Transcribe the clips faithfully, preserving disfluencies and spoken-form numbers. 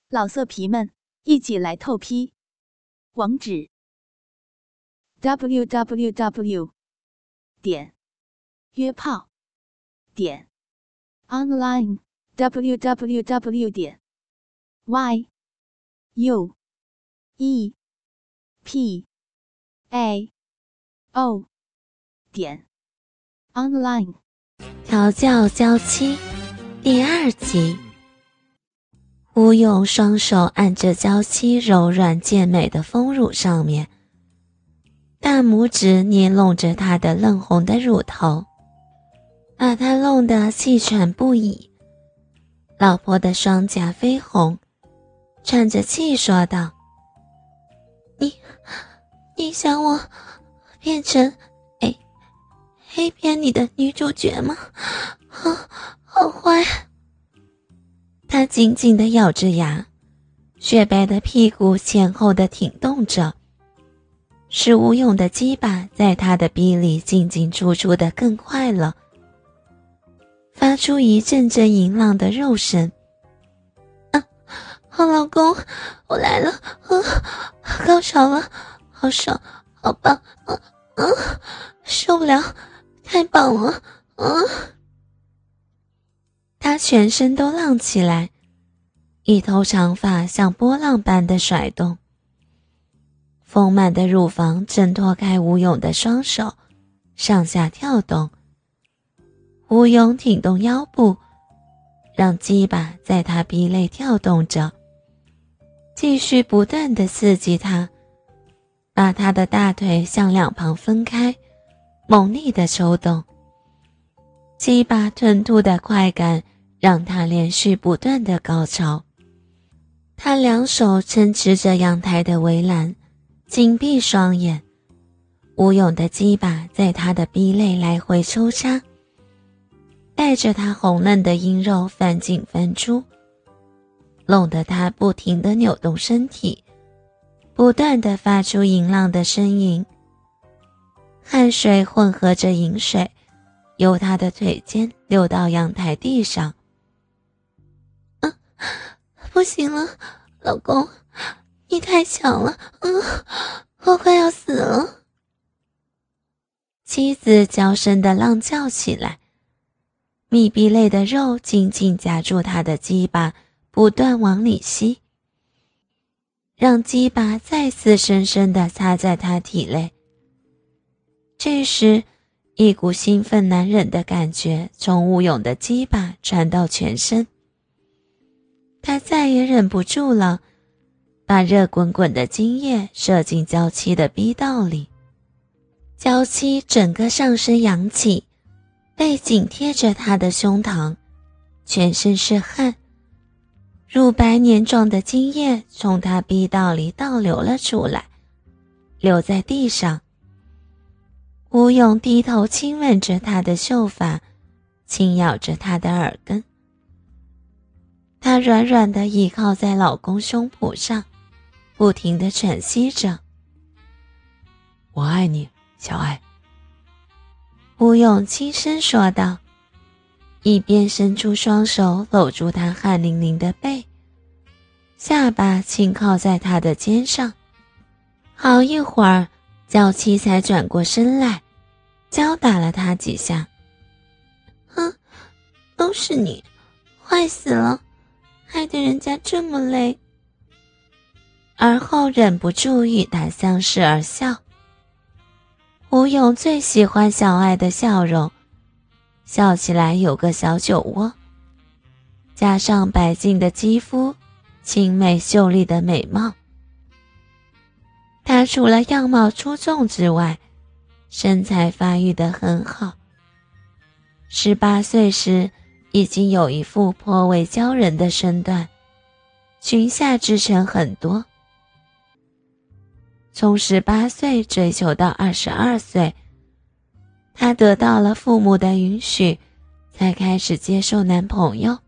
老色皮们，一起来透批！网址 ：double u double u double u 点约炮点 online double u double u double u 点 y u e p a o 点 online。 调教娇妻第二集。吴勇双手按着娇妻柔软健美的丰乳上面，大拇指捏弄着她的嫩红的乳头，把她弄得气喘不已。老婆的双颊绯红，喘着气说道：你你想我变成黑黑片里的女主角吗？好好坏。他紧紧地咬着牙，雪白的屁股前后地挺动着，使吴勇的鸡巴在他的逼里进进出出的更快了，发出一阵阵淫浪的肉声。啊，好老公，我来了，啊，高潮了，好爽，好棒，啊啊，受不了，太棒了，啊！他全身都浪起来，一头长发像波浪般的甩动，丰满的乳房挣脱开吴勇的双手，上下跳动。吴勇挺动腰部，让鸡巴在他逼内跳动着，继续不断地刺激他，把他的大腿向两旁分开，猛力地抽动。鸡巴吞吐的快感让他连续不断的高潮。他两手撑持着阳台的围栏，紧闭双眼，吴勇的鸡巴在他的逼内来回抽插，带着他红嫩的阴肉翻进翻出，弄得他不停地扭动身体，不断地发出淫浪的呻吟。汗水混合着饮水由他的腿间流到阳台地上。啊，不行了，老公，你太强了，嗯，我快要死了。妻子娇声地浪叫起来，密闭内的肉紧紧夹住他的鸡巴，不断往里吸，让鸡巴再次深深地插在他体内。这时一股兴奋难忍的感觉从吴勇的鸡巴传到全身，他再也忍不住了，把热滚滚的精液射进娇妻的逼道里。娇妻整个上身扬起，背紧贴着他的胸膛，全身是汗，乳白黏状的精液从他逼道里倒流了出来，流在地上。吴勇低头亲吻着她的秀发，轻咬着她的耳根。她软软地倚靠在老公胸脯上，不停地喘息着。我爱你，小爱。吴勇轻声说道，一边伸出双手搂住她汗淋淋的背，下巴轻靠在她的肩上。好一会儿，娇妻才转过身来，敲打了他几下。哼，都是你，坏死了，害得人家这么累。而后忍不住与他相视而笑。吴勇最喜欢小爱的笑容，笑起来有个小酒窝，加上白净的肌肤，清美秀丽的美貌。她除了样貌出众之外，身材发育得很好。十八岁时已经有一副颇为骄人的身段，裙下之称很多。从十八岁追求到二十二岁，她得到了父母的允许，才开始接受男朋友。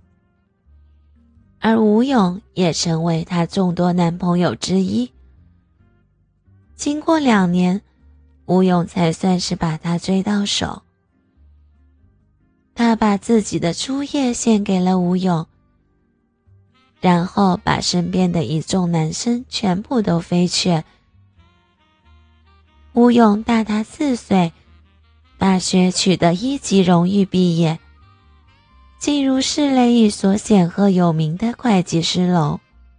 而吴勇也成为她众多男朋友之一。经过两年，吴勇才算是把她追到手。他把自己的初夜献给了吴勇， 然后把身边的一众男生全部都飞却。吴勇大他四岁，大学取得一级荣誉毕业，进入市内一所显赫有名的会计师楼。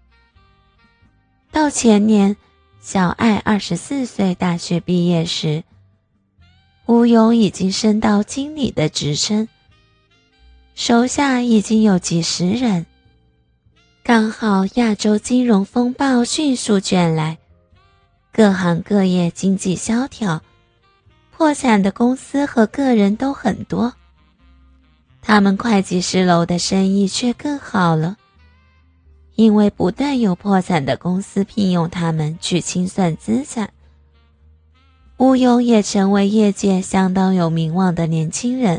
到前年，小爱二十四岁大学毕业时，吴勇已经升到经理的职称，手下已经有几十人。刚好亚洲金融风暴迅速卷来，各行各业经济萧条，破产的公司和个人都很多，他们会计师楼的生意却更好了，因为不断有破产的公司聘用他们去清算资产。吴勇也成为业界相当有名望的年轻人。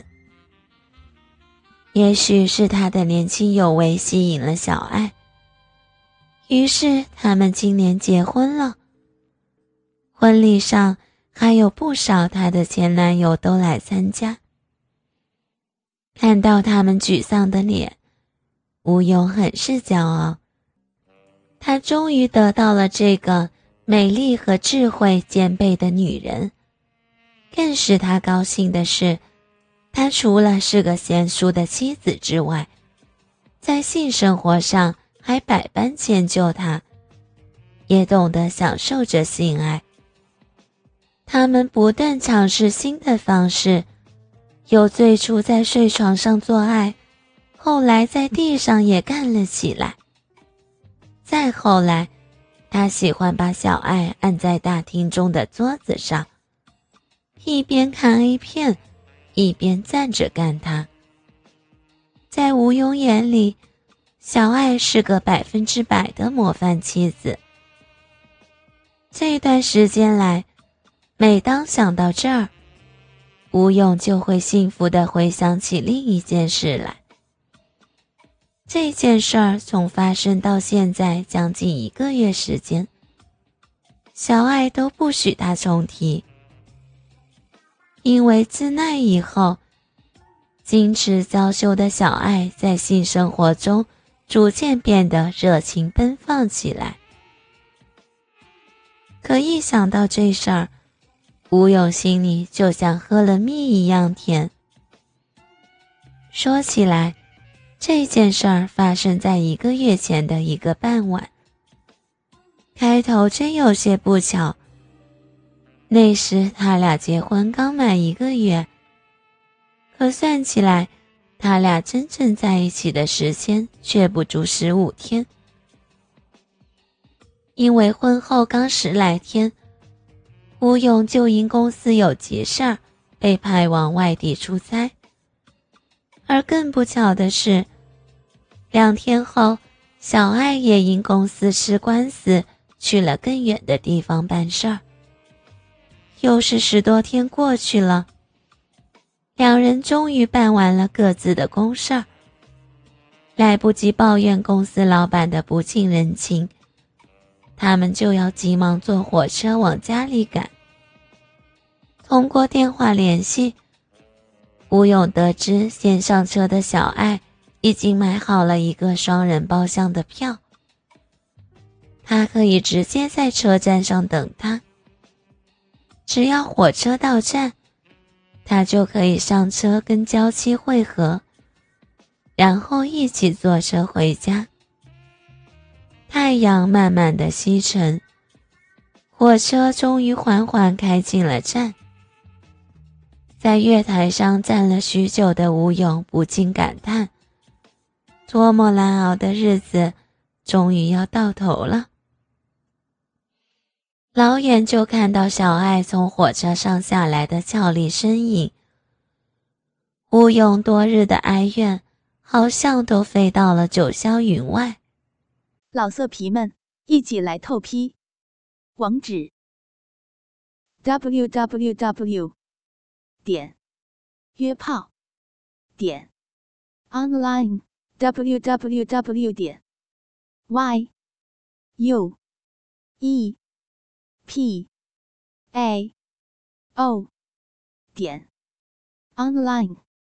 也许是他的年轻有为吸引了小爱，于是他们今年结婚了。婚礼上还有不少她的前男友都来参加。看到他们沮丧的脸，吴勇很是骄傲。他终于得到了这个美丽和智慧兼备的女人。更使他高兴的是，他除了是个贤淑的妻子之外，在性生活上还百般迁就他，也懂得享受着性爱。他们不断尝试新的方式，有最初在睡床上做爱，后来在地上也干了起来。再后来，他喜欢把小爱按在大厅中的桌子上，一边看 A 片，一边站着干他。在吴勇眼里，小爱是个百分之百的模范妻子。这段时间来，每当想到这儿，吴勇就会幸福地回想起另一件事来。这件事儿从发生到现在将近一个月时间，小爱都不许他重提。因为自那以后，矜持娇羞的小爱在性生活中逐渐变得热情奔放起来。可一想到这事儿，吴勇心里就像喝了蜜一样甜。说起来，这件事儿发生在一个月前的一个傍晚。开头真有些不巧，那时他俩结婚刚满一个月，可算起来，他俩真正在一起的时间却不足十五天。因为婚后刚十来天，吴勇就因公司有急事儿被派往外地出差。而更不巧的是，两天后，小爱也因公司吃官司去了更远的地方办事儿。又是十多天过去了，两人终于办完了各自的公事儿，来不及抱怨公司老板的不近人情，他们就要急忙坐火车往家里赶。通过电话联系，吴勇得知先上车的小爱已经买好了一个双人包厢的票，他可以直接在车站上等他。只要火车到站，他就可以上车跟娇妻会合，然后一起坐车回家。太阳慢慢的西沉，火车终于缓缓开进了站。在月台上站了许久的吴勇不禁感叹，多么难熬的日子终于要到头了。老远就看到小爱从火车上下来的俏丽身影，吴勇多日的哀怨好像都飞到了九霄云外。 老色皮们，一起来透批！网址 ：double-u double-u double-u 点约炮点 online double-u double-u double-u 点 y u e p a o 点 online。